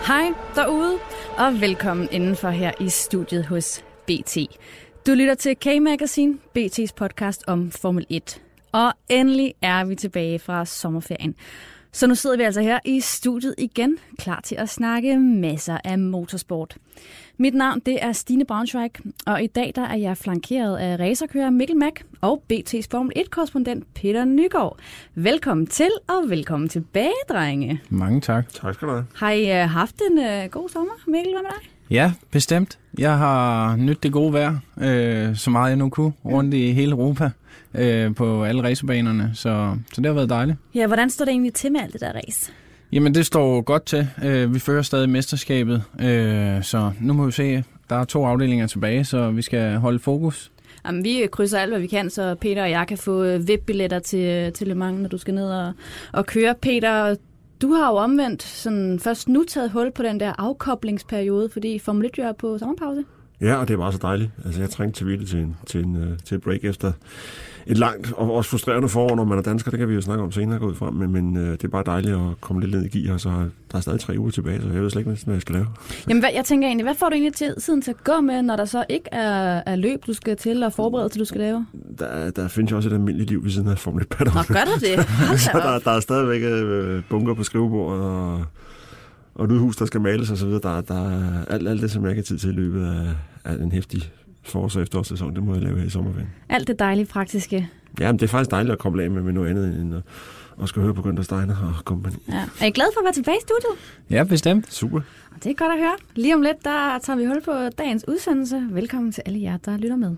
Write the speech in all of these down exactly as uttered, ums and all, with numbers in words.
Hej derude, og velkommen indenfor her i studiet hos B T. Du lytter til K-Magazine, B T's podcast om Formel et. Og endelig er vi tilbage fra sommerferien. Så nu sidder vi altså her i studiet igen, klar til at snakke masser af motorsport. Mit navn det er Stine Braunschweig, og i dag der er jeg flankeret af racerkører Mikkel Mack og B T's Formel et-korrespondent Peter Nygaard. Velkommen til, og velkommen tilbage, drenge. Mange tak. Tak skal du have. Har I uh, haft en uh, god sommer, Mikkel? Hvad med dig? Ja, bestemt. Jeg har nydt det gode vejr, øh, så meget jeg nu kunne, rundt i hele Europa, øh, på alle racerbanerne, så, så det har været dejligt. Ja, hvordan står det egentlig til med alt det der race? Jamen, det står godt til. Øh, vi fører stadig mesterskabet, øh, så nu må vi se. Der er to afdelinger tilbage, så vi skal holde fokus. Jamen, vi krydser alt, hvad vi kan, så Peter og jeg kan få V I P-billetter til, til Le Mans, når du skal ned og, og køre. Peter, du har jo omvendt sådan, først nu taget hul på den der afkoblingsperiode, fordi Formel et er på sommerpause. Ja, og det er bare så dejligt. Altså, jeg trængte til vildt til en, til en, til et break efter et langt og også frustrerende forår, når man er dansker. Det kan vi jo snakke om senere gå ud frem, men, men det er bare dejligt at komme lidt ned i gear, og så der er stadig tre uger tilbage, så jeg ved slet ikke, hvad jeg skal lave. Jamen, hvad, jeg tænker egentlig, hvad får du egentlig til, tiden til at gå med, når der så ikke er, er løb, du skal til og forberede til, du skal lave? Der, der findes jo også et almindeligt liv ved siden af Formel et-paddock. Nå, gør der det? Så der, der er stadigvæk bunker på skrivebordet, og og et udhus, der skal males og så videre. Der, der er alt, alt det, som jeg ikke har tid til i løbet af, af en heftig forårs- og efterårssæson. Det må jeg lave her i sommerferien. Alt det dejlige praktiske. Ja, men det er faktisk dejligt at komme af med, med noget andet, end at, at skal høre på Günther Steiner og kompagni. Ja. Er I glad for at være tilbage i studiet? Ja, bestemt. Super. Det er godt at høre. Lige om lidt, der tager vi hul på dagens udsendelse. Velkommen til alle jer, der lytter med.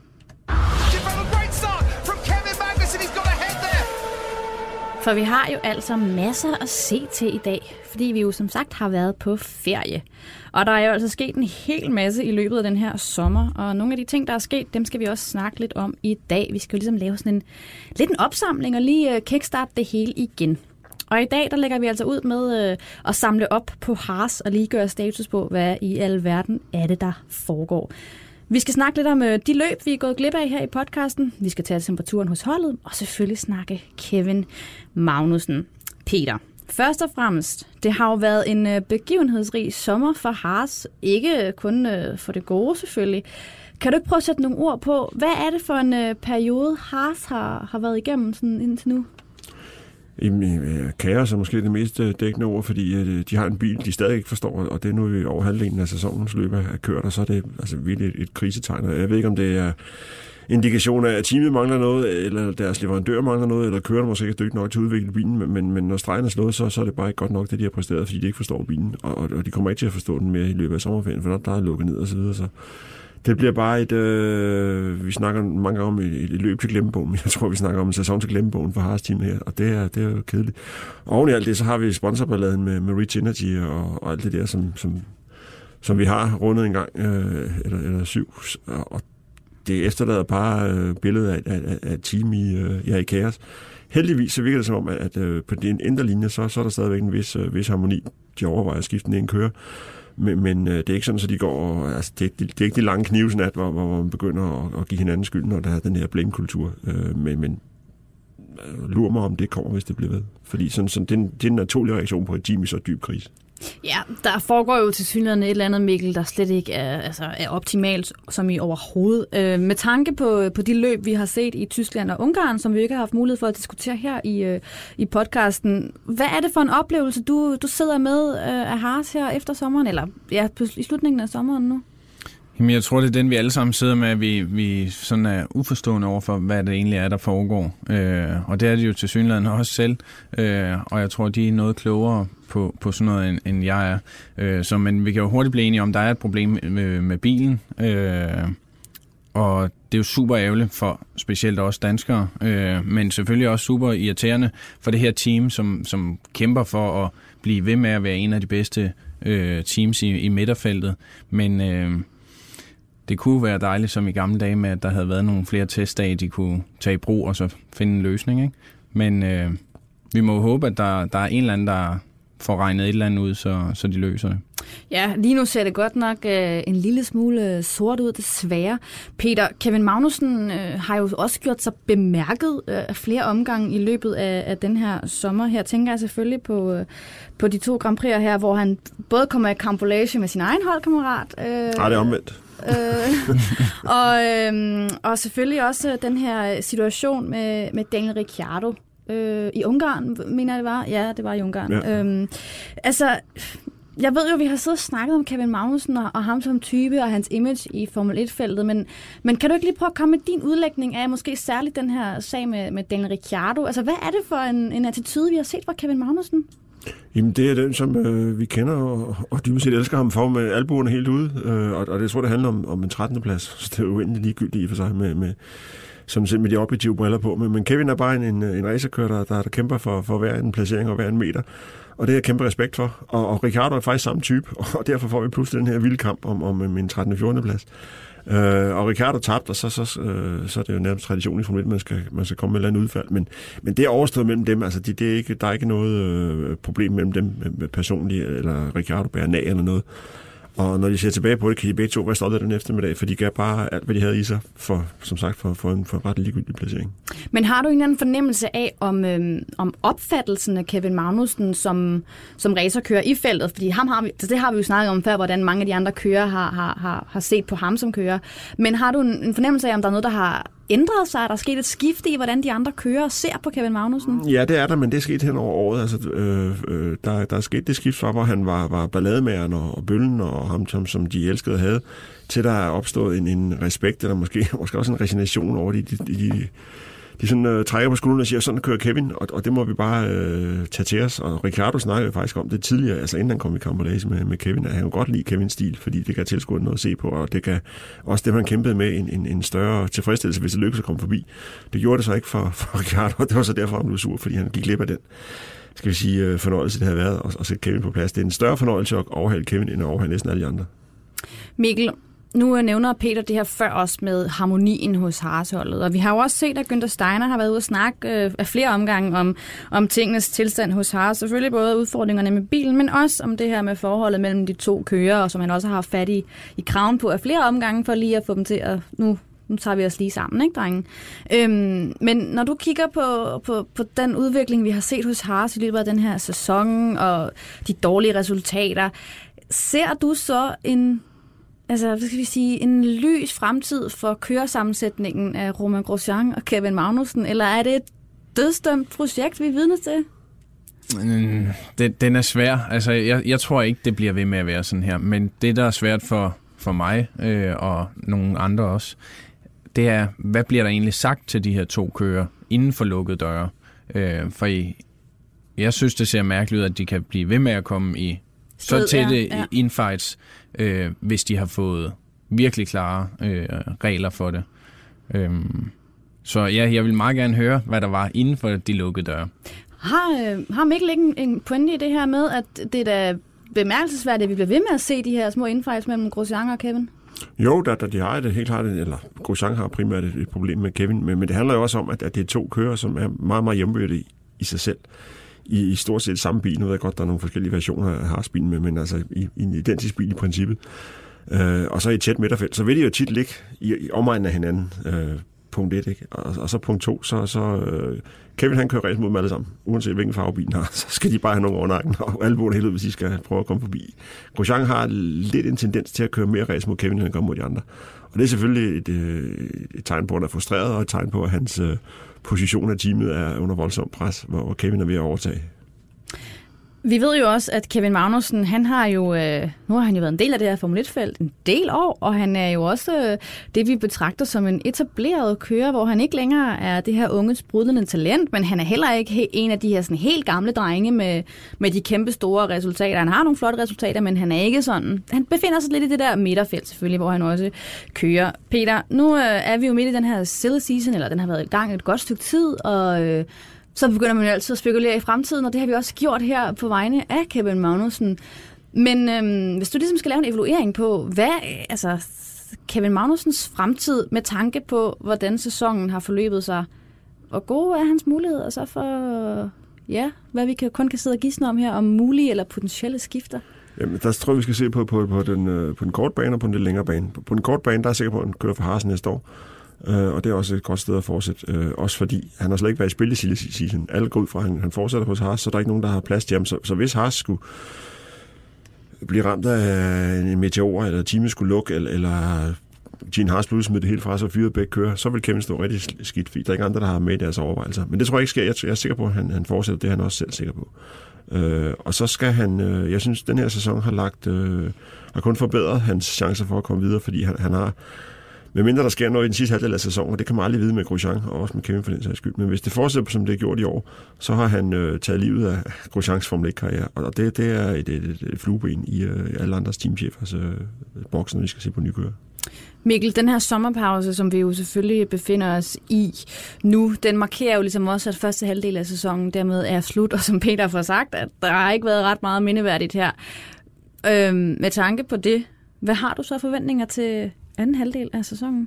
For vi har jo altså masser at se til i dag, fordi vi jo som sagt har været på ferie. Og der er jo altså sket en hel masse i løbet af den her sommer, og nogle af de ting, der er sket, dem skal vi også snakke lidt om i dag. Vi skal jo ligesom lave sådan en lidt en opsamling og lige kickstarte det hele igen. Og i dag, der lægger vi altså ud med øh, at samle op på Haas og lige gøre status på, hvad i alverden er det, der foregår. Vi skal snakke lidt om øh, de løb, vi er gået glip af her i podcasten. Vi skal tage temperaturen hos holdet, og selvfølgelig snakke Kevin Magnussen. Peter, først og fremmest, det har jo været en øh, begivenhedsrig sommer for Haas. Ikke kun øh, for det gode selvfølgelig. Kan du ikke prøve at sætte nogle ord på, hvad er det for en øh, periode, Haas har, har været igennem sådan indtil nu? Kaos er måske det mest dækkende ord, fordi de har en bil, de stadig ikke forstår, og det er nu over halvdelen af sæsonens løb er kørt, og så er det altså virkelig et, et krisetegn. Jeg ved ikke, om det er indikation af, at teamet mangler noget, eller deres leverandør mangler noget, eller kørerne måske ikke er dygtige nok til at udvikle bilen, men, men når stregen er slået, så, så er det bare ikke godt nok, det de har præsteret, fordi de ikke forstår bilen, og, og de kommer ikke til at forstå den mere i løbet af sommerferien, for der, der er lukket ned og så videre, så det bliver bare et, øh, vi snakker mange gange om et, et løb til glemmebogen. Jeg tror, vi snakker om en sæson til glemmebogen for Haas-teamet her, og det er, det er jo kedeligt. Og oven i alt det, så har vi sponsorballaden med, med Rich Energy og, og alt det der, som, som, som vi har rundet en gang, øh, eller, eller syv. Og det efterlader bare øh, billedet af, af, af et team i, øh, ja, i kaos. Heldigvis så virker det som om, at, at øh, på den indre linje, så, så er der stadigvæk en vis, øh, vis harmoni. De overvejer at skifte den en kører. Men, men det er ikke sådan, at de går. Altså, det, er, det er ikke de lange knivsnat, hvor, hvor man begynder at, at give hinanden skylden, når der er den her blame-kultur. Øh, men, men lurer mig, om det kommer, hvis det bliver ved. Fordi sådan, sådan, det, er en, det er en naturlig reaktion på et team i så dyb krise. Ja, der foregår jo til synligheden et eller andet, Mikkel, der slet ikke er, altså, er optimalt, som i overhovedet. Øh, med tanke på, på de løb, vi har set i Tyskland og Ungarn, som vi ikke har haft mulighed for at diskutere her i, øh, i podcasten. Hvad er det for en oplevelse, du, du sidder med øh, af Haas her efter sommeren, eller ja, i slutningen af sommeren nu? Jamen, jeg tror, det er den, vi alle sammen sidder med, at vi, vi sådan er uforstående over for, hvad det egentlig er, der foregår. Øh, og det er det jo til synligheden også selv. Øh, og jeg tror, de er noget klogere på, på sådan noget, end, end jeg er. Øh, så, men vi kan jo hurtigt blive enige om, der er et problem med, med bilen. Øh, og det er jo super ærgerligt for specielt også danskere. Øh, men selvfølgelig også super irriterende for det her team, som, som kæmper for at blive ved med at være en af de bedste øh, teams i, i midterfeltet. Men Øh, det kunne være dejligt, som i gamle dage, med at der havde været nogle flere testdage, de kunne tage i brug og så finde en løsning. Ikke? Men øh, vi må håbe, at der, der er en eller anden, der får regnet et eller andet ud, så, så de løser det. Ja, lige nu ser det godt nok øh, en lille smule sort ud, desværre. Peter, Kevin Magnussen øh, har jo også gjort sig bemærket øh, flere omgange i løbet af, af den her sommer. Her tænker jeg selvfølgelig på, øh, på de to Grand Prix'er her, hvor han både kommer i karambolage med sin egen holdkammerat. Øh, Nej, det er omvendt. øh, og, øh, og selvfølgelig også den her situation med, med Daniel Ricciardo. Øh, I Ungarn, mener jeg det var? Ja, det var i Ungarn. Ja. Øhm, altså, jeg ved jo, vi har siddet og snakket om Kevin Magnussen og, og ham som type og hans image i Formel et-feltet, men, men kan du ikke lige prøve at komme med din udlægning af måske særligt den her sag med, med Daniel Ricciardo? Altså, hvad er det for en, en attitude, vi har set fra Kevin Magnussen? Jamen, det er den, som øh, vi kender, og, og dybest set elsker ham for med albuerne helt ude, øh, og, og det tror det handler om, om en trettende plads, så det er jo uendelig ligegyldigt i for sig med... med som selv med de objektive briller på. Men, men Kevin er bare en, en, en racerkører, der, der, der kæmper for, for hver en placering og hver en meter. Og det er jeg kæmpe respekt for. Og, og Ricciardo er faktisk samme type, og derfor får vi pludselig den her vilde kamp om, om en trettende fjortende plads. Øh, og Ricciardo tabte, og så, så, øh, så er det jo nærmest tradition i Formel et, man skal, man skal komme med et eller andet udfald. Men, men det er overstået mellem dem. Altså, det, det er ikke, der er ikke noget øh, problem mellem dem personligt, eller Ricciardo bærer nag eller noget. Og når de ser tilbage på det, kan de begge to være stolte den eftermiddag, for de gav bare alt, hvad de havde i sig, for, som sagt, for, for en for ret ligegyldig placering. Men har du en eller anden fornemmelse af, om, øhm, om opfattelsen af Kevin Magnussen som, som racerkører i feltet? Fordi ham har vi, det har vi jo snakket om før, hvordan mange af de andre kører har, har, har, har set på ham som kører. Men har du en, en fornemmelse af, om der er noget, der har ændret sig? Er der sket et skifte i, hvordan de andre kører ser på Kevin Magnussen? Ja, det er der, men det er sket hen over året. Altså, øh, øh, der, der er sket det skift fra, hvor han var, var ballademageren og, og bøllen og ham, som, som de elskede havde, til der er opstået en, en respekt, eller måske, måske også en resignation over de, de, de, de sådan, øh, trækker på skulderen og siger, sådan kører Kevin, og, og det må vi bare øh, tage til os. Og Ricciardo snakkede faktisk om det tidligere, altså inden han kom i karambolage med, med Kevin, at han kunne godt lide Kevins stil, fordi det kan tilskuerne noget at se på, og det kan også det, man kæmpede med, en, en, en større tilfredsstillelse, hvis det lykkedes at komme forbi. Det gjorde det så ikke for, for Ricciardo, og det var så derfor, han blev sur, fordi han gik glip af den, skal vi sige, fornøjelse, det havde været at, at sætte Kevin på plads. Det er en større fornøjelse at overhale Kevin, end at overhale næsten alle de andre. Mikkel, nu nævner Peter det her før også med harmonien hos Haas-holdet, og vi har jo også set, at Günther Steiner har været ude at snakke øh, af flere omgange om, om tingenes tilstand hos Haas. Selvfølgelig både udfordringerne med bilen, men også om det her med forholdet mellem de to kører, som han også har haft fat i, i kraven på af flere omgange, for lige at få dem til at... Nu, nu tager vi os lige sammen, ikke, drenge? Øhm, men når du kigger på, på, på den udvikling, vi har set hos Haas i løbet af den her sæson, og de dårlige resultater, ser du så en... Altså, hvad skal vi sige, en lys fremtid for køresammensætningen af Romain Grosjean og Kevin Magnussen, eller er det et dødsdømt projekt, vi er vidne til? Mm, det, den er svær. Altså, jeg, jeg tror ikke, det bliver ved med at være sådan her, men det, der er svært for, for mig øh, og nogle andre også, det er, hvad bliver der egentlig sagt til de her to kører inden for lukkede døre? Øh, for I, jeg synes, det ser mærkeligt ud, at de kan blive ved med at komme i så tætte ja, ja. infights, øh, hvis de har fået virkelig klare øh, regler for det. Øhm, så ja, jeg vil meget gerne høre, hvad der var inden for de lukkede døre. Har, øh, har Mikkel ikke en, en pointe i det her med, at det er da bemærkelsesværdigt, at vi bliver ved med at se de her små infights mellem Grosjean og Kevin? Jo, der, der de har det helt klart, eller Grosjean har primært et, et problem med Kevin, men, men det handler jo også om, at, at det er to kører, som er meget, meget hjemmebyrde i, i sig selv. I, i stort set samme bil. Nu ved jeg godt, der er nogle forskellige versioner af Haas-bilen med, men altså i, i en identisk bil i princippet. Øh, og så i et tæt midterfelt, så vil de jo tit ligge i, i omegnen af hinanden. Øh, punkt et, ikke? Og, og så punkt to, så, så øh, Kevin han kører race mod dem alle sammen. Uanset hvilken farve bilen har, så skal de bare have nogen over nakken, og alle både helt ud, hvis de skal prøve at komme forbi. Grosjean har lidt en tendens til at køre mere race mod Kevin, end han gør mod de andre. Og det er selvfølgelig et, et tegn på, at han er frustreret, og et tegn på, at hans øh, position af teamet er under voldsom pres, hvor Kevin er ved at overtage. Vi ved jo også, at Kevin Magnussen, han har jo, øh, nu har han jo været en del af det her Formel et-felt en del år, og han er jo også øh, det, vi betragter som en etableret kører, hvor han ikke længere er det her unge, sprudlende talent, men han er heller ikke he- en af de her sådan helt gamle drenge med, med de kæmpe store resultater. Han har nogle flotte resultater, men han er ikke sådan. Han befinder sig lidt i det der midterfelt selvfølgelig, hvor han også kører. Peter, nu øh, er vi jo midt i den her silly season, eller den har været i gang et godt stykke tid, og... Øh, så begynder man jo altid at spekulere i fremtiden, og det har vi også gjort her på vegne af Kevin Magnussen. Men øhm, hvis du ligesom skal lave en evaluering på, hvad altså Kevin Magnussens fremtid med tanke på, hvordan sæsonen har forløbet sig, hvor gode er hans muligheder så for, ja, hvad vi kan, kun kan sidde og gisne om her, om mulige eller potentielle skifter? Jamen, der tror jeg, vi skal se på, på, på, den, på den korte bane og på den lidt længere bane. På, på den korte bane, der er jeg sikker på, at han kører for Haas næste år. Uh, og det er også et godt sted at fortsætte. Uh, også fordi han har slet ikke været i spil i silly season. Alle går ud fra, at han, han fortsætter på Haas, så der er ikke nogen, der har plads til ham. Så, så hvis Haas skulle blive ramt af en meteor, eller teamet skulle lukke, eller, eller Gene Haas pludselig smidt det helt fra sig og fyret begge kører, så vil Kevin stå rigtig skidt, fordi der er ikke andre, der har med i deres overvejelser. Men det tror jeg ikke sker. Jeg, jeg er sikker på, at han, han fortsætter. Det er han også selv sikker på. Uh, og så skal han, uh, jeg synes, den her sæson har lagt, uh, har kun forbedret hans chancer for at komme videre, fordi han, han har, medmindre der sker noget i den sidste halvdel af sæsonen, og det kan man aldrig vide med Grosjean, og også med Kevin for den sags skyld, men hvis det fortsætter, som det er gjort i år, så har han uh, taget livet af Grosjeans Formel et-karriere, og det, det er et, et, et, et flueben i uh, alle andres teamchefers uh, boksen, når vi skal se på nye kører. Mikkel, den her sommerpause, som vi jo selvfølgelig befinder os i nu, den markerer jo ligesom også, at første halvdel af sæsonen dermed er slut, og som Peter får sagt, at der har ikke været ret meget mindeværdigt her. Øhm, med tanke på det, hvad har du så forventninger til anden halvdel af sæsonen?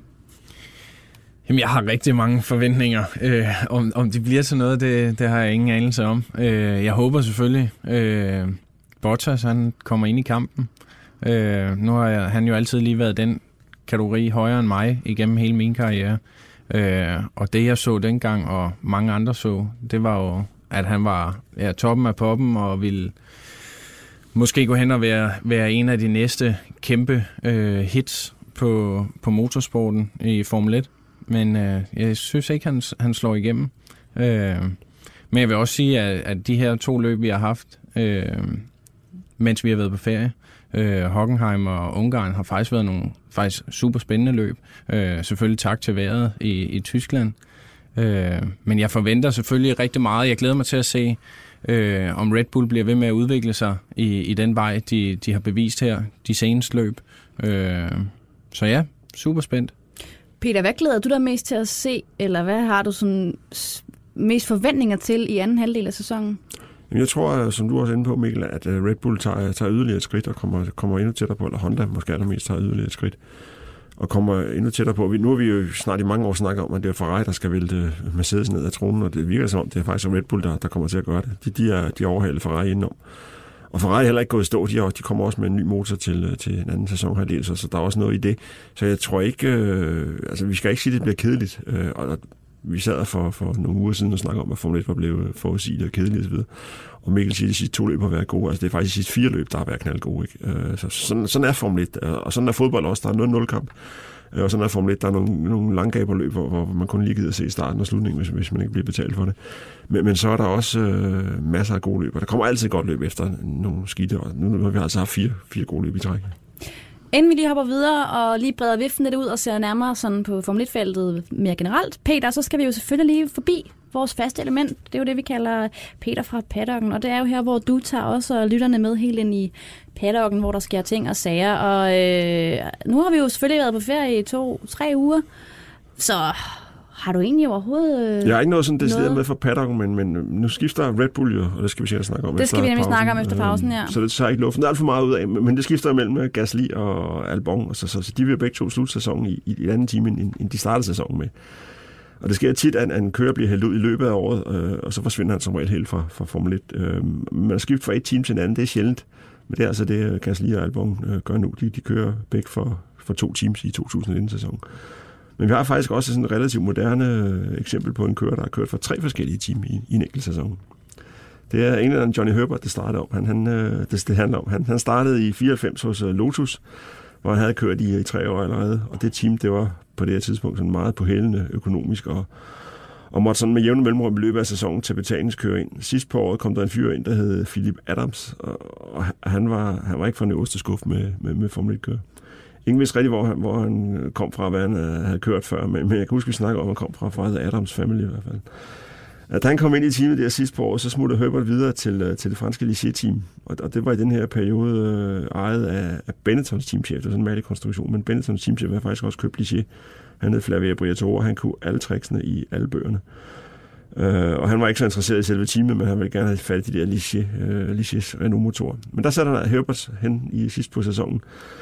Jamen, jeg har rigtig mange forventninger. Øh, om, om det bliver til noget, det, det har jeg ingen anelse om. Øh, jeg håber selvfølgelig, øh, Bottas han kommer ind i kampen. Øh, nu har jeg, han jo altid lige været den kategori højere end mig igennem hele min karriere. Øh, og det jeg så dengang, og mange andre så, det var jo, at han var ja, toppen af poppen, og ville måske gå hen og være, være en af de næste kæmpe øh, hits på, på motorsporten i Formel et. Men øh, jeg synes ikke, han, han slår igennem. Øh, men jeg vil også sige, at, at de her to løb, vi har haft, øh, mens vi har været på ferie, Øh, Hockenheim og Ungarn har faktisk været nogle faktisk super spændende løb. Øh, selvfølgelig tak til vejret i, i Tyskland. Øh, men jeg forventer selvfølgelig rigtig meget. Jeg glæder mig til at se, øh, om Red Bull bliver ved med at udvikle sig i, i den vej, de, de har bevist her, de seneste løb. Øh, så ja, super spændt. Peter, hvad glæder du dig mest til at se, eller hvad har du sådan mest forventninger til i anden halvdel af sæsonen? Jeg tror, som du også er inde på, Mikkel, at Red Bull tager, tager yderligere et skridt og kommer, kommer endnu tættere på, eller Honda måske allermest tager yderligere et skridt, og kommer endnu tættere på. Nu har vi jo snart i mange år snakket om, at det er Ferrari, der skal vælte Mercedes ned af tronen, og det virker som om, det er faktisk Red Bull, der, der kommer til at gøre det. De, de er de overhalet Ferrari indenom. Og Ferrari er heller ikke gået i stå. De, er, de kommer også med en ny motor til, til en anden sæson her, så, så der er også noget i det. Så jeg tror ikke, øh, altså vi skal ikke sige, at det bliver kedeligt, øh, og vi sad for, for nogle uger siden og snakkede om, at Formel et var blevet forudsigeligt og kedeligt osv. Og Mikkel siger, at de sidste to løb har været gode. Altså det er faktisk de sidste fire løb, der har været knaldgode. Ikke? Så sådan, sådan er Formel et, og sådan er fodbold også. Der er nul nul kamp. Og sådan er Formel et, der er nogle, nogle langgaberløb, hvor, hvor man kun lige gider at se starten og slutningen, hvis, hvis man ikke bliver betalt for det. Men, men så er der også øh, masser af gode løb, og der kommer altid godt løb efter nogle skidte. Og nu har vi altså haft fire, fire gode løb i træk. Inden vi lige hopper videre og lige breder viften lidt ud og ser nærmere sådan på Formel et-feltet mere generelt, Peter, så skal vi jo selvfølgelig lige forbi vores faste element. Det er jo det, vi kalder Peter fra paddocken, og det er jo her, hvor du tager også lytterne med helt ind i paddocken, hvor der sker ting og sager. Og øh, nu har vi jo selvfølgelig været på ferie i to, tre uger, så har du egentlig overhovedet øh, Jeg har ikke noget sådan decideret med for paddocken, men, men nu skifter Red Bull jo, og det skal vi sikkert snakke om. Det skal vi nemlig snakke om efter pausen, ja. Så det tager ikke luften alt for meget ud af, men det skifter mellem Gasly og Albon, og så, så, så de vil begge to slutte sæsonen i, i et andet team, end, end de startede sæsonen med. Og det sker tit, at en kører bliver hældt ud i løbet af året, øh, og så forsvinder han som regel helt fra, fra Formel et. Øh, man skifter fra et team til en anden, det er sjældent, men det er altså det, Gasly og Albon øh, gør nu. De, de kører begge for, for to teams i to tusind nitten-sæsonen. Men vi har faktisk også sådan et relativt moderne eksempel på en kører, der har kørt for tre forskellige team i, i en enkelt sæson. Det er englænderen Johnny Herbert, det startede om. Han, han, det, det handler om. Han, han startede i fireoghalvfems hos Lotus, hvor han havde kørt i, i tre år allerede. Og det team, det var på det her tidspunkt sådan meget påhældende økonomisk, og, og måtte sådan med jævne mellemrum i løbet af sæsonen til betalingskøre ind. Sidst på året kom der en fyr ind, der hed Philip Adams, og, og han, var, han var ikke fra den øverste skuffe med, med, med Formel et-kører. Ingen vidste rigtig, hvor han, hvor han kom fra, hvad han havde kørt før, men, men jeg kan huske, vi snakker om, at han kom fra, fra Adams Family i hvert fald. Da han kom ind i teamet der sidste på år, så smuttede Herbert videre til, til det franske Ligier-team, og, og det var i den her periode øh, ejet af, af Benettons teamchef. Det var sådan en mærkelig konstruktion, men Benettons teamchef havde faktisk også købt Ligier. Han hed Flavio Briatore, og han kunne alle tricksene i alle bøgerne. Uh, og han var ikke så interesseret i selve teamet, men han ville gerne have fat i de der Ligier, uh, Ligiers Renault-motorer. Men der satte han Herbert hen i sidst på sæsonen.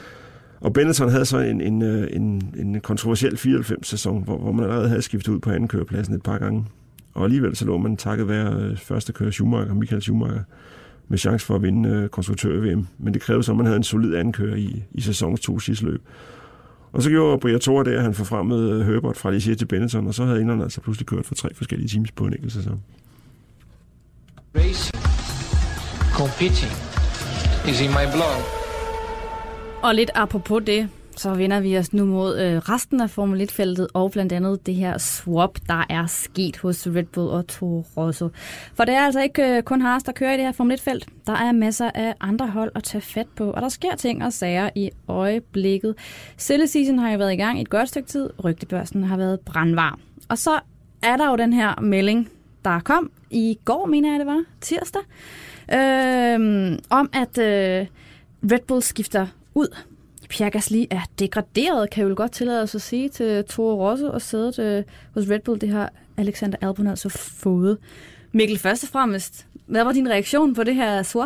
Og Benetton havde så en, en, en, en kontroversiel fireoghalvfems-sæson, hvor, hvor man allerede havde skiftet ud på anden kørepladsen et par gange. Og alligevel så lå man takket være første kører Schumacher, Michael Schumacher, med chance for at vinde øh, konstruktør-V M. Men det krævede så, at man havde en solid ankører i, i sæsonens to sidste løb. Og så gjorde Briatore det, at han forfremmede Herbert fra Ligier til Benetton, og så havde englænderne altså pludselig kørt for tre forskellige teams på en enkelt sæson. Racing, competing is in my blood. Og lidt apropos det, så vender vi os nu mod øh, resten af Formel et-feltet, og blandt andet det her swap, der er sket hos Red Bull og Toro Rosso. For det er altså ikke øh, kun Haas, der kører i det her Formel et-felt. Der er masser af andre hold at tage fat på, og der sker ting og sager i øjeblikket. Silly season har jo været i gang i et godt stykke tid. Rygtebørsen har været brandvarm. Og så er der jo den her melding, der kom i går, mener jeg det var, tirsdag, øh, om at øh, Red Bull skifter ud. Pierre Gasly er degraderet, kan jeg jo godt tillade os at sige, til Toro Rosso og sædet øh, hos Red Bull. Det har Alexander Albon altså fået. Mikkel, først og fremmest, hvad var din reaktion på det her swap?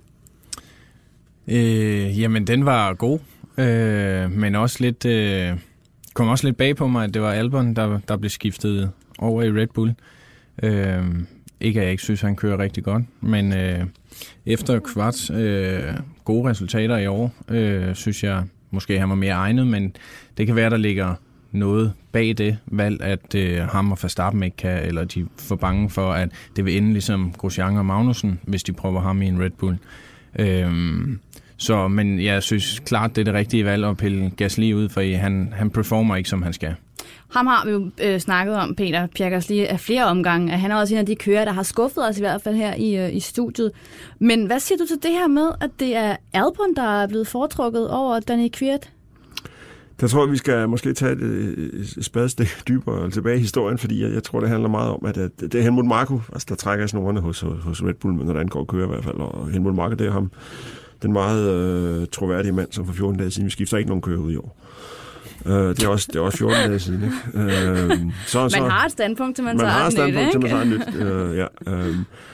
Øh, jamen, den var god, øh, men også lidt, øh, kom også lidt bag på mig, at det var Albon, der, der blev skiftet over i Red Bull. Øh, ikke at jeg ikke synes, han kører rigtig godt, men øh, efter Kvarts øh, gode resultater i år, øh, synes jeg måske, han var mere egnet, men det kan være, der ligger noget bag det valg, at øh, ham og Verstappen ikke kan, eller de er for bange for, at det vil ende ligesom Grosjean og Magnussen, hvis de prøver ham i en Red Bull. Øh, så, men jeg synes klart, det er det rigtige valg at pille Gasly ud, for han, han performer ikke, som han skal. Ham har vi jo øh, snakket om, Peter, Pierre Gasly, af flere omgange. Han er også en af de kører, der har skuffet os i hvert fald her i, øh, i studiet. Men hvad siger du til det her med, at det er Albon, der er blevet foretrukket over Danny Kvyat? Der tror jeg, vi skal måske tage et, et spadestik dybere tilbage i historien, fordi jeg, jeg tror, det handler meget om, at, at det er Helmut Marko, altså der trækker snorene hos, hos Red Bull, når der angår at køre i hvert fald. Og Helmut Marko, det er ham, den meget øh, troværdige mand, som for fjorten dage siden, vi skifter ikke nogen kører ud i år. Uh, det, er også, det er også fjorten dage siden, ikke? Uh, så, man så, har et standpunkt, til man, man tager har et standpunkt, til man tager nyt. Uh, ja, uh,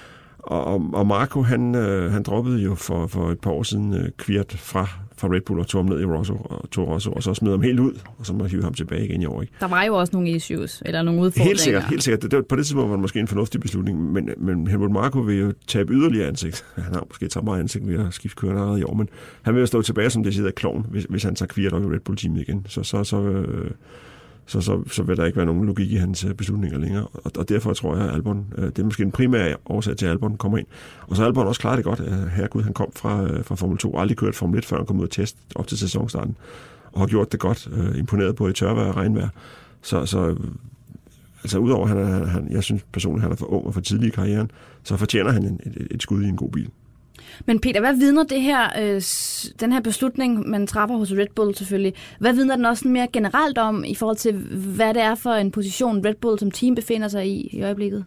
og, og Marco, han, uh, han droppede jo for, for et par år siden uh, Kvyat fra, fra Red Bull og tog ham ned i Rosso, og tog Rosso, og så smed ham helt ud, og så må hive ham tilbage igen i år, ikke? Der var jo også nogle issues, eller nogle udfordringer. Helt sikkert, helt sikkert. Det, det, på det tidspunkt var det måske en fornuftig beslutning, men, men Helmut Marko vil jo tabe yderligere ansigt. Han har måske taget meget ansigt ved at skifte køren allerede i år, men han vil jo stå tilbage som det sidder klovn, hvis, hvis han tager Kvyat op i Red Bull-teamet igen. Så, så, så, øh, så, så, så vil der ikke være nogen logik i hans beslutninger længere, og, og derfor tror jeg, at Albon, øh, det er måske en primær årsag til, at Albon kommer ind. Og så er Albon også klaret det godt. Herregud, han kom fra, fra Formel to, aldrig kørt Formel et, før han kom ud og test op til sæsonstarten, og har gjort det godt, øh, imponeret på i tørvejr og regnvejr. Så, så altså udover, han er, han, jeg synes personligt, han er for ung og for tidlig i karrieren, så fortjener han en, et, et skud i en god bil. Men Peter, hvad vidner det her, øh, den her beslutning, man træffer hos Red Bull selvfølgelig, hvad vidner den også mere generelt om, i forhold til, hvad det er for en position Red Bull som team befinder sig i i øjeblikket?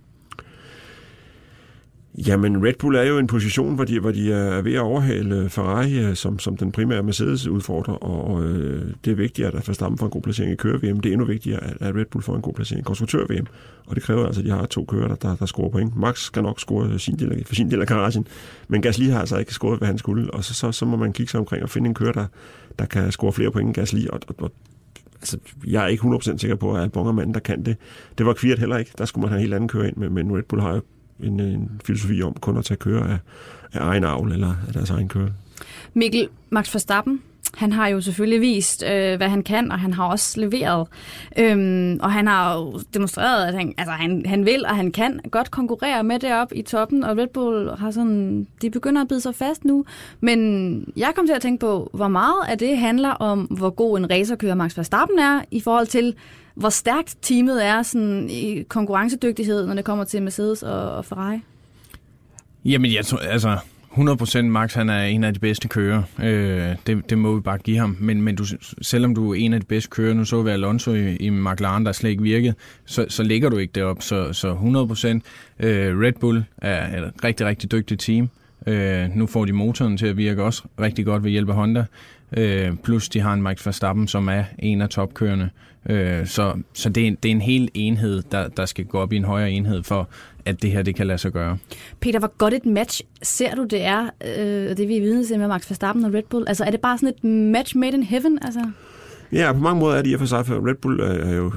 Jamen, Red Bull er jo en position, hvor de, hvor de er ved at overhale Ferrari som, som den primære Mercedes-udfordrer, og øh, det er vigtigt, at Verstappen får en god placering i kører-V M. Det er endnu vigtigere, at Red Bull får en god placering i konstruktør-V M, og det kræver altså, at de har to kører, der, der scorer point. Max skal nok score sin del af, for sin del af garagen, men Gasly har altså ikke scoret, hvad han skulle, og så, så, så må man kigge sig omkring og finde en kører, der, der kan score flere point end Gasly, og, og, og altså, jeg er ikke hundrede procent sikker på, at Albon er manden, der kan det. Det var Kvyat heller ikke. Der skulle man have en helt anden kører ind, men, men Red Bull har jo En, en filosofi om kun at tage kører af, af egen avl eller af deres egen kører. Mikkel, Max Verstappen, han har jo selvfølgelig vist, øh, hvad han kan, og han har også leveret. Øhm, og han har jo demonstreret, at han, altså, han, han vil, og han kan godt konkurrere med det op i toppen, og Red Bull har sådan, de begynder at bide sig fast nu. Men jeg kom til at tænke på, hvor meget af det handler om, hvor god en racerkører Max Verstappen er, i forhold til, hvor stærkt teamet er sådan, i konkurrencedygtighed, når det kommer til Mercedes og, og Ferrari? Jamen, jeg tror, altså hundrede procent Max, han er en af de bedste kører. Øh, det, det må vi bare give ham. Men, men du, selvom du er en af de bedste kører, nu så vi Alonso i, i McLaren, der slet ikke virkede, så, så ligger du ikke derop. Så, så hundrede procent øh, Red Bull er et rigtig, rigtig dygtigt team. Øh, nu får de motoren til at virke også rigtig godt ved hjælp af Honda. Øh, plus de har en Max Verstappen, som er en af topkørerne. Øh, så så det, er en, det er en hel enhed, der, der skal gå op i en højere enhed, for at det her det kan lade sig gøre. Peter, hvor godt et match ser du det er, øh, det vi er vidne til med Max Verstappen og Red Bull? Altså er det bare sådan et match made in heaven? Altså? Ja, på mange måder er det i og for sig, for Red Bull er jo i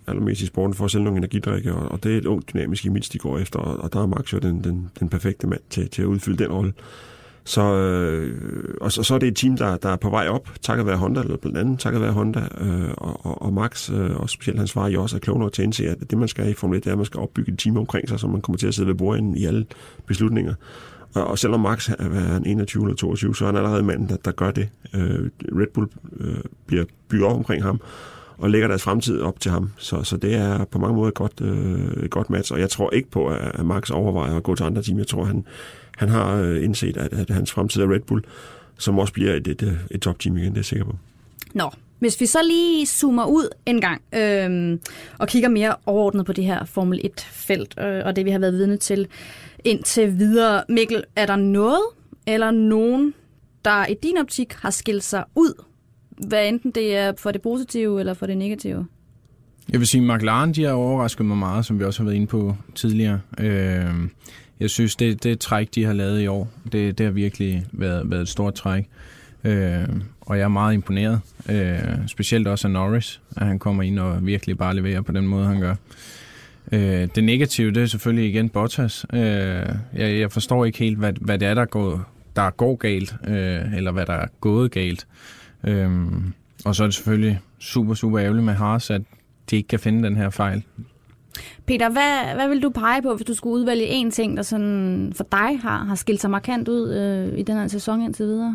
allermest i sporten for at sælge nogle energidrikke, og, og det er et ungt dynamisk image, de går efter, og, og der er Max jo den, den, den perfekte mand til, til at udfylde den rolle. Så, øh, og så, så er det et team, der, der er på vej op, takket være Honda, eller blandt andet takket være Honda, øh, og, og, og Max, øh, og specielt hans far, jo også er klog nok til at indse, at det man skal i Formel et, det er, at man skal opbygge et team omkring sig, så man kommer til at sidde ved bordenden i alle beslutninger. Og, og selvom Max er enogtyve eller toogtyve, så er han allerede manden, der, der gør det. Øh, Red Bull øh, bliver bygget op omkring ham, og lægger deres fremtid op til ham. Så, så det er på mange måder et godt, øh, et godt match, og jeg tror ikke på, at Max overvejer at gå til andre team. Jeg tror, han, han har indset, at, at hans fremtid er Red Bull, som også bliver et, et, et top-team igen, det er jeg sikker på. Nå, hvis vi så lige zoomer ud en gang øh, og kigger mere overordnet på det her Formel et-felt, øh, og det vi har været vidne til indtil videre. Mikkel, er der noget eller nogen, der i din optik har skilt sig ud, hvad enten det er for det positive eller for det negative? Jeg vil sige, at McLaren, de har overrasket mig meget, som vi også har været inde på tidligere. Øh, jeg synes, det, det træk, de har lavet i år, det, det har virkelig været, været et stort træk. Øh, og jeg er meget imponeret. Øh, specielt også af Norris, at han kommer ind og virkelig bare leverer på den måde, han gør. Øh, det negative, det er selvfølgelig igen Bottas. Øh, jeg, jeg forstår ikke helt, hvad, hvad det er, der går, der går galt, øh, eller hvad der er gået galt. Øh, og så er det selvfølgelig super, super ærgerligt med Haas, at de ikke kan finde den her fejl. Peter, hvad, hvad vil du pege på, hvis du skulle udvælge en ting, der sådan for dig har, har skilt sig markant ud øh, i den her sæson indtil videre?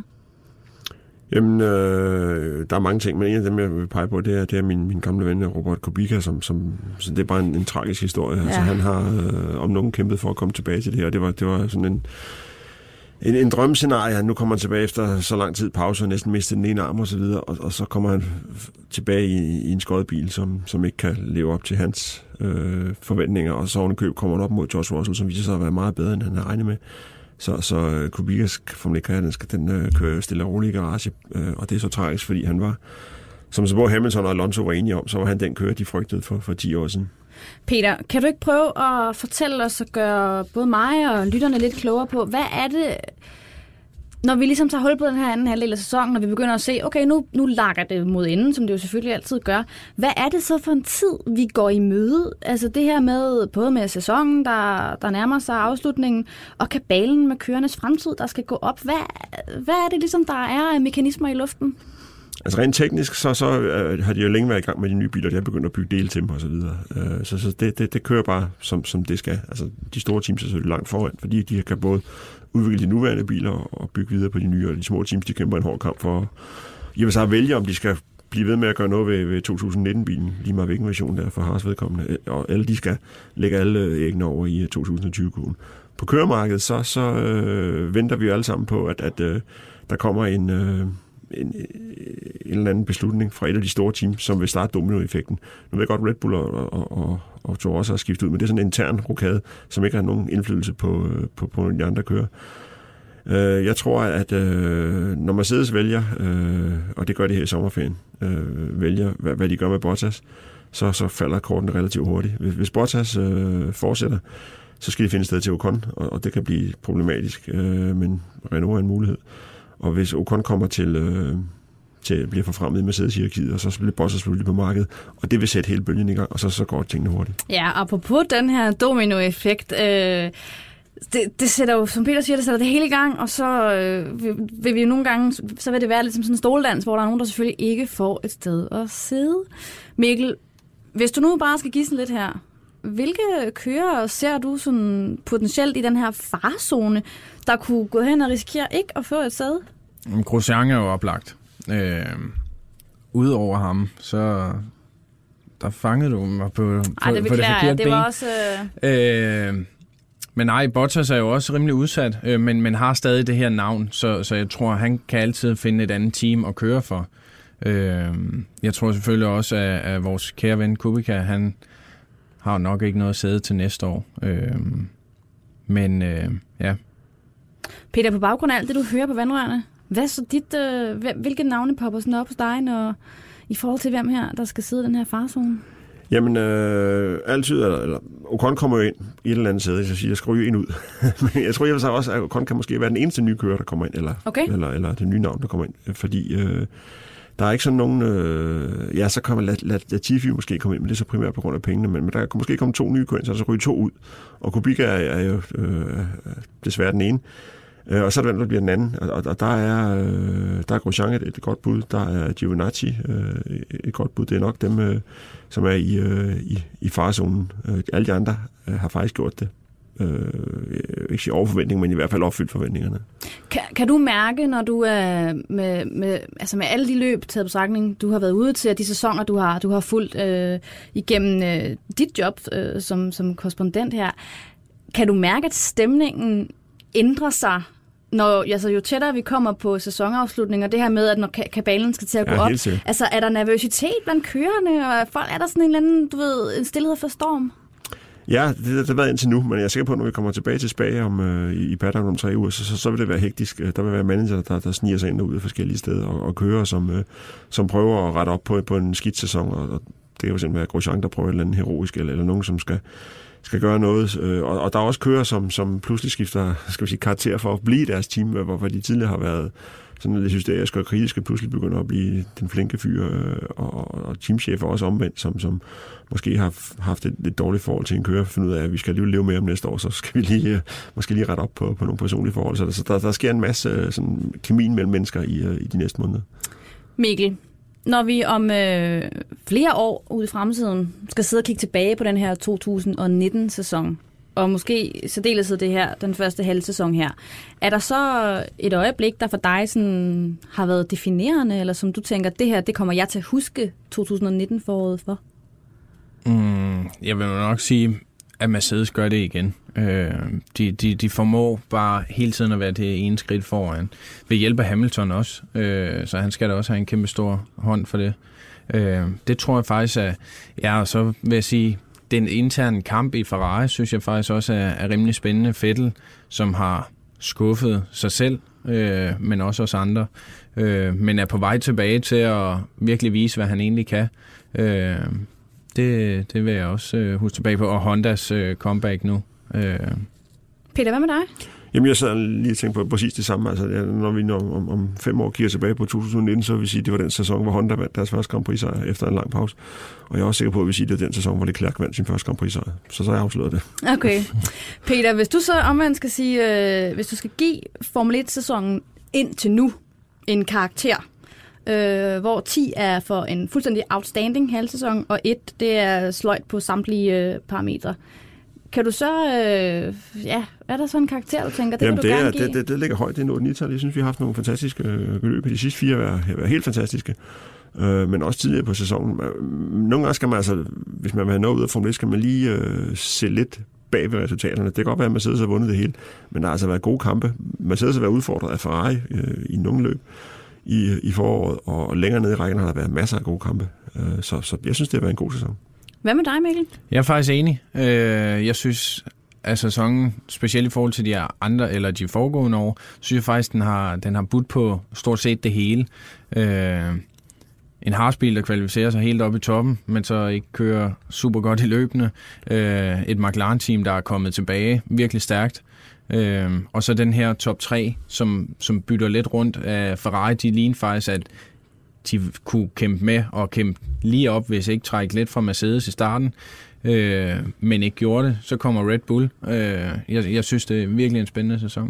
Jamen, øh, der er mange ting, men en af dem, jeg vil pege på, det er, det er min, min gamle ven, Robert Kubica, som, som så det er bare en, en tragisk historie. Ja. Altså, han har øh, om nogen kæmpet for at komme tilbage til det her, og det var, det var sådan en, en, en drømmescenarie. Han nu kommer han tilbage efter så lang tid pause, og næsten mistet den ene arm og så videre, og, og så kommer han tilbage i, i en skodbil, som, som ikke kan leve op til hans øh, forventninger, og så ovenikøb kommer han op mod George Russell, som viser sig at være meget bedre, end han havde regnet med. Så, så Kubicas Formel et-karriere, den skal den øh, køre stille og roligt i garage, øh, og det er så tragisk, fordi han var, som så både Hamilton og Alonso var enige om, så var han den kører, de frygtede for, for ti år siden. Peter, kan du ikke prøve at fortælle os og gøre både mig og lytterne lidt klogere på, hvad er det, når vi ligesom tager hul på den her anden halvdel af sæsonen, når vi begynder at se, okay, nu, nu lakker det mod enden, som det jo selvfølgelig altid gør. Hvad er det så for en tid, vi går i møde? Altså det her med, både med sæsonen, der, der nærmer sig afslutningen, og kabalen med kørendes fremtid, der skal gå op. Hvad, hvad er det ligesom, der er af mekanismer i luften? Altså rent teknisk, så, så øh, har de jo længe været i gang med de nye biler, de har begyndt at bygge deltim og så videre. Øh, så så det, det, det kører bare, som, som det skal. Altså de store teams er selvfølgelig langt foran, fordi de kan både udvikle de nuværende biler og bygge videre på de nye, og de små teams, de kæmper en hård kamp for i og for sig at vælge, om de skal blive ved med at gøre noget ved, ved to tusind nitten-bilen, lige meget hvilken version der for Haas vedkommende, og alle de skal lægge alle æggene over i to tusind og tyve-kurven. På køremarkedet, så, så øh, venter vi jo alle sammen på, at, at øh, der kommer en... Øh, En, en eller anden beslutning fra et af de store teams, som vil starte dominoeffekten. Nu ved jeg godt, Red Bull og, og, og, og Toro også har skiftet ud, men det er sådan en intern rokade, som ikke har nogen indflydelse på, på, på de andre kører. Uh, jeg tror, at uh, når Mercedes vælger, uh, og det gør de her i sommerferien, uh, vælger, hvad, hvad de gør med Bottas, så, så falder kortene relativt hurtigt. Hvis, hvis Bottas uh, fortsætter, så skal de finde sted til Ocon, og, og det kan blive problematisk, uh, men Renault er en mulighed. Og hvis Ocon kommer til, øh, til at blive forfremmet i Mercedes-hierarkiet, og så bliver Bottas selvfølgelig på markedet, og det vil sætte hele bølgen i gang, og så, så går tingene hurtigt. Ja, apropos den her dominoeffekt, øh, det, det sætter jo, som Peter siger, det sætter det hele i gang, og så øh, vil, vil vi jo nogle gange, så vil det være lidt som sådan en stoledans, hvor der er nogen, der selvfølgelig ikke får et sted at sidde. Mikkel, hvis du nu bare skal give sådan lidt her, hvilke kører ser du sådan potentielt i den her farzone, der kunne gå hen og risikere ikke at få et sæde? Grosjean er jo oplagt. Øh, Udover ham, så der fangede du mig på, på, Ej, det på det forkerte det ben. var også... Øh, men nej, Bottas er jo også rimelig udsat, øh, men, men har stadig det her navn, så, så jeg tror, han kan altid finde et andet team at køre for. Øh, jeg tror selvfølgelig også, at, at vores kære ven Kubica, han har nok ikke noget sæde til næste år. Øh, men øh, ja. Peter, på baggrund af alt det, du hører på vandrørene, hvad så dit, øh, hvilke navne popper sådan op hos dig, når, i forhold til hvem her, der skal sidde i den her farzone? Jamen, øh, altid, eller, eller Ocon kommer jo ind i et eller andet sæde, så siger, jeg skruer ind ud. Men jeg tror jeg også, at Ocon kan måske være den eneste nye kører, der kommer ind, eller, okay. eller, eller det nye navn, der kommer ind, fordi øh, der er ikke sådan nogen... Øh, ja, så kommer Latifi måske komme ind, men det er så primært på grund af pengene, men, men der kan måske komme to nye kørenser, og så ryge to ud. Og Kubica er, er jo øh, desværre den ene. Øh, og så er det, der bliver den anden. Og, og, og der er, øh, der er Grosjean et, et godt bud. Der er Giovinazzi øh, et godt bud. Det er nok dem, øh, som er i, øh, i, i farezonen. Øh, alle de andre øh, har faktisk gjort det. Øh, ikke sige overforventning, men i hvert fald opfyldt forventningerne. Kan, kan du mærke, når du er med, med, altså med alle de løb taget betragtning, du har været ude til, og de sæsoner, du har, du har fulgt øh, igennem øh, dit job øh, som, som korrespondent her, kan du mærke, at stemningen ændrer sig, når, altså, jo tættere vi kommer på sæsonafslutning, og det her med, at når kabalen skal til at gå ja, op, altså er der nervøsitet blandt kørerne, og folk, er der sådan en eller anden, du ved, en stillhed for storm? Ja, det, det har været indtil nu, men jeg er sikker på, at når vi kommer tilbage til Spage om, øh, i paddock om tre uger, så, så, så vil det være hektisk. Der vil være manager, der, der sniger sig ind og ud af forskellige steder, og, og kører, som, øh, som prøver at rette op på, på en skidt sæson, og, og det kan jo simpelthen være Grosjean, der prøver et eller andet heroisk, eller, eller nogen, som skal, skal gøre noget. Øh, og, og der er også kører, som, som pludselig skifter, skal vi sige, karakter for at blive deres team, hvor, hvor de tidligere har været sådan lidt hysteriske og kritiske, pludselig begynder at blive den flinke fyr, øh, og, og teamchefer også omvendt, som, som måske har haft et lidt dårligt forhold til en kører, finde ud af, at vi skal alligevel leve med om næste år, så skal vi lige, måske lige rette op på, på nogle personlige forhold. Så der, der sker en masse sådan, kemien mellem mennesker i, i de næste måneder. Mikkel, når vi om øh, flere år ude i fremtiden skal sidde og kigge tilbage på den her to tusind nitten-sæson, og måske særdeleshed det her, den første halve sæson her, er der så et øjeblik, der for dig sådan, har været definerende, eller som du tænker, det her, det kommer jeg til at huske to tusind nitten-foråret for? Mm, jeg vil nok sige, at Mercedes gør det igen. Øh, de, de, de formår bare hele tiden at være det ene skridt foran. Ved hjælp af Hamilton også, øh, så han skal da også have en kæmpe stor hånd for det. Øh, det tror jeg faktisk er, ja, og så vil jeg sige, den interne kamp i Ferrari, synes jeg faktisk også er, er rimelig spændende. Vettel, som har skuffet sig selv, øh, men også os andre, øh, men er på vej tilbage til at virkelig vise, hvad han egentlig kan. Øh, det, det vil jeg også øh, huske tilbage på, og Hondas øh, comeback nu. Øh. Peter, hvad med dig? Jamen, jeg sad lige og tænkte på præcis det samme. Altså, når vi om, om, om fem år kigger tilbage på to tusind nitten, så vil vi sige, at det var den sæson, hvor Honda vandt deres første Grand Prix-sejr efter en lang pause. Og jeg er også sikker på, at vi siger, at det er den sæson, hvor Leclerc vandt sin første Grand Prix-sejr. Så så har jeg afsløret det. Okay. Peter, hvis du så omvendt skal sige, øh, hvis du skal give Formel et-sæsonen indtil nu en karakter, øh, hvor ti er for en fuldstændig outstanding halvsæson, og et, det er sløjt på samtlige øh, parametre. Kan du så, øh, ja, er der sådan en karakter, du tænker, det Jamen, vil du det gerne er, give? Det, det, det ligger højt, det er noget ni-tal. Jeg synes, vi har haft nogle fantastiske løb i de sidste fire, har været helt fantastiske. Øh, men også tidligere på sæsonen. Nogle gange skal man altså, hvis man vil have noget ud af Formel et, skal man lige øh, se lidt bag ved resultaterne. Det kan godt være, at Mercedes har vundet det hele, men der har altså været gode kampe. Mercedes har været udfordret af Ferrari øh, i nogle løb i, i foråret, og længere nede i rækken har der været masser af gode kampe. Øh, så, så jeg synes, det har været en god sæson. Hvad med dig, Mikkel? Jeg er faktisk enig. Jeg synes, at sæsonen, specielt i forhold til de andre, eller de foregående år, synes jeg faktisk, den har, den har budt på stort set det hele. En Haas-bil, der kvalificerer sig helt op i toppen, men så ikke kører super godt i løbende. Et McLaren-team, der er kommet tilbage virkelig stærkt. Og så den her top tre, som, som bytter lidt rundt af Ferrari. De ligner faktisk, at de kunne kæmpe med og kæmpe lige op, hvis ikke trække lidt fra Mercedes i starten, øh, men ikke gjorde det. Så kommer Red Bull. Øh, jeg, jeg synes, det er virkelig en spændende sæson.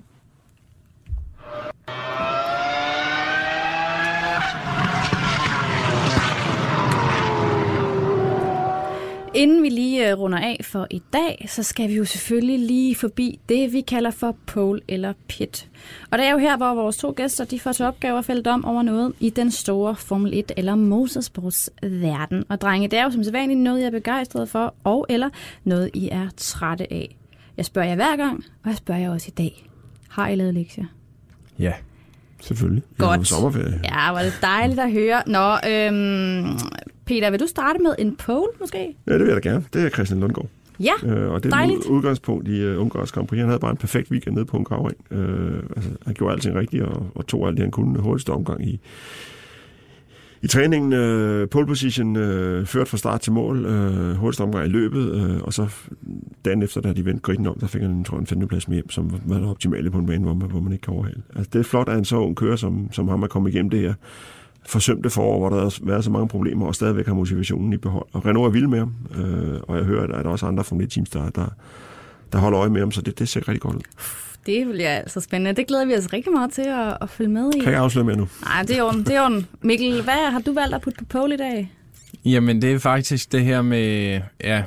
Inden vi lige runder af for i dag, så skal vi jo selvfølgelig lige forbi det, vi kalder for pole eller pit. Og det er jo her, hvor vores to gæster de får til opgave at fælde dom over noget i den store Formel et eller motorsports verden. Og drenge, det er jo som sædvanligt noget, jeg er begejstret for, og eller noget, I er trætte af. Jeg spørger jer hver gang, og jeg spørger jer også i dag. Har I lavet lektier? Ja, selvfølgelig. Godt. Jeg har sommerferie. Ja, hvor er det dejligt at høre. Nå, øhm, Peter, vil du starte med en pole, måske? Ja, det vil jeg da gerne. Det er Christian Lundgaard. Ja, øh, og det er dejligt. et udgangspunkt i uh, Ungarns Grand Prix. Han havde bare en perfekt weekend nede på Hungaroring. Øh, altså, han gjorde alting rigtigt, og, og tog alt det, han kunne. Hurtigste omgang i, i træningen. Øh, pole position øh, ført fra start til mål. Øh, hurtigste omgang i løbet. Øh, og så dagen efter, da de vendte griden om, der fik han en, tror jeg, en femteplads med hjem, som var det optimale på en bane, hvor man, hvor man ikke kan overhale. Altså, det er flot, at han så en kører, som, som ham er kommet igennem det her. forsømte forår, hvor der har været så mange problemer, og stadigvæk har motivationen i behold. Og Renault er vild med ham, øh, og jeg hører, at der er også andre Formel et-teams, der, der, der holder øje med ham, så det, det ser rigtig godt ud. Det bliver altså spændende. Det glæder vi os rigtig meget til at, at følge med i. Kan jeg afsløre mere nu? Nej, det er orden. Det er orden. Mikkel, hvad har du valgt at putte på pole i dag? Jamen, det er faktisk det her med, ja,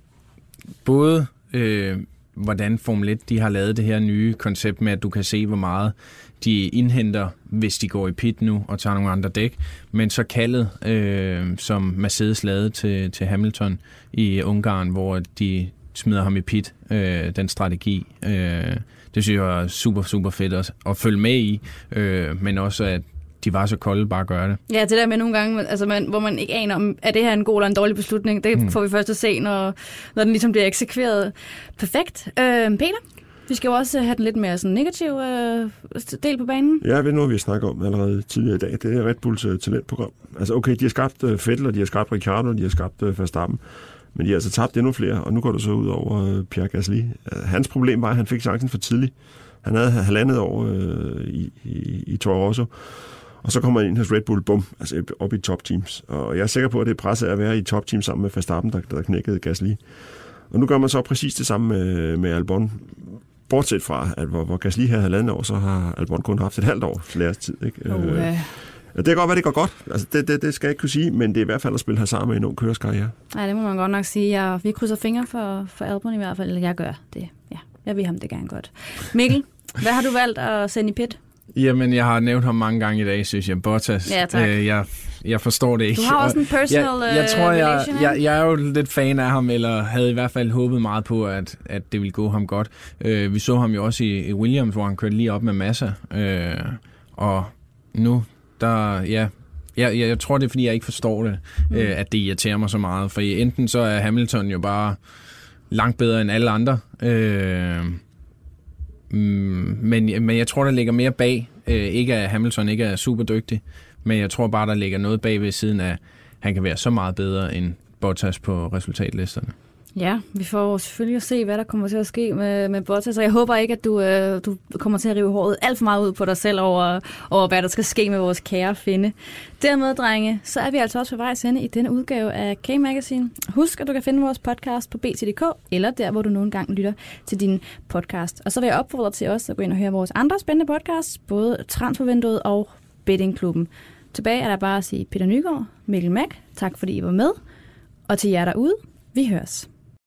både øh, hvordan Formel et de har lavet det her nye koncept med, at du kan se, hvor meget de indhenter, hvis de går i pit nu og tager nogle andre dæk, men så kaldet, øh, som Mercedes lavede til, til Hamilton i Ungarn, hvor de smider ham i pit, øh, den strategi. Øh, det synes jeg er super, super fedt at, at følge med i, øh, men også at de var så kolde, bare gøre det. Ja, det der med nogle gange, altså man, hvor man ikke aner, om er det her en god eller en dårlig beslutning, det mm. får vi først at se, når, når den ligesom bliver eksekveret. Perfekt. Øh, Peter, vi skal jo også have den lidt mere sådan negativ øh, del på banen. Ja, ved noget, vi har snakket om allerede tidligere i dag. Det er Red Bulls uh, talentprogram. Altså okay, de har skabt uh, Vettel, og de har skabt Ricciardo, og de har skabt uh, Verstappen. Men de har altså tabt endnu flere, og nu går det så ud over uh, Pierre Gasly. Uh, hans problem var, at han fik chancen for tidligt. Han havde halvandet år uh, i, i, i Toro Rosso. Og så kommer han ind hos Red Bull, bum, altså op i top-teams. Og jeg er sikker på, at det er presset at være i top-team sammen med Verstappen, der, der knækkede Gasly. Og nu gør man så præcis det samme med, med Albon. Bortset fra, at hvor, hvor Gasly havde halvandet år, så har Albon kun haft et halvt år flere tid. Ikke? Oh, uh. Det kan godt være, det går godt. Altså, det, det, det skal jeg ikke kunne sige, men det er i hvert fald at spille her sammen med en ung kørerskarriere. Nej, det må man godt nok sige. Jeg, vi krydser fingre for, for Albon i hvert fald, eller jeg gør det. Ja, jeg vil ham det gerne godt. Mikkel, hvad har du valgt at sende i pit? Jamen, jeg har nævnt ham mange gange i dag, synes jeg. Bottas. Ja, tak. Øh, jeg, jeg forstår det ikke. Du har også en personal jeg, jeg tror, jeg, relation. Jeg, jeg er jo lidt fan af ham, eller havde i hvert fald håbet meget på, at, at det ville gå ham godt. Øh, vi så ham jo også i, i Williams, hvor han kørte lige op med Massa. Øh, og nu, der, ja... Jeg, jeg, jeg tror, det er, fordi jeg ikke forstår det, mm. øh, at det irriterer mig så meget. For enten så er Hamilton jo bare langt bedre end alle andre. Øh, Men, men jeg tror, der ligger mere bag. Øh, ikke at Hamilton ikke er super dygtig, men jeg tror bare, der ligger noget bag ved siden af, at han kan være så meget bedre end Bottas på resultatlisterne. Ja, vi får selvfølgelig at se, hvad der kommer til at ske med, med Bottas, og jeg håber ikke, at du, øh, du kommer til at rive håret alt for meget ud på dig selv over, over, hvad der skal ske med vores kære Finde. Dermed, drenge, så er vi altså også på vej sende i denne udgave af K-Magazine. Husk, at du kan finde vores podcast på b t punktum d k, eller der, hvor du nogle gange lytter til din podcast. Og så vil jeg opfordre til også at gå ind og høre vores andre spændende podcasts, både Transfervinduet og Bettingklubben. Tilbage er der bare at sige Peter Nygaard, Mikkel Mack, tak fordi I var med, og til jer derude, vi høres.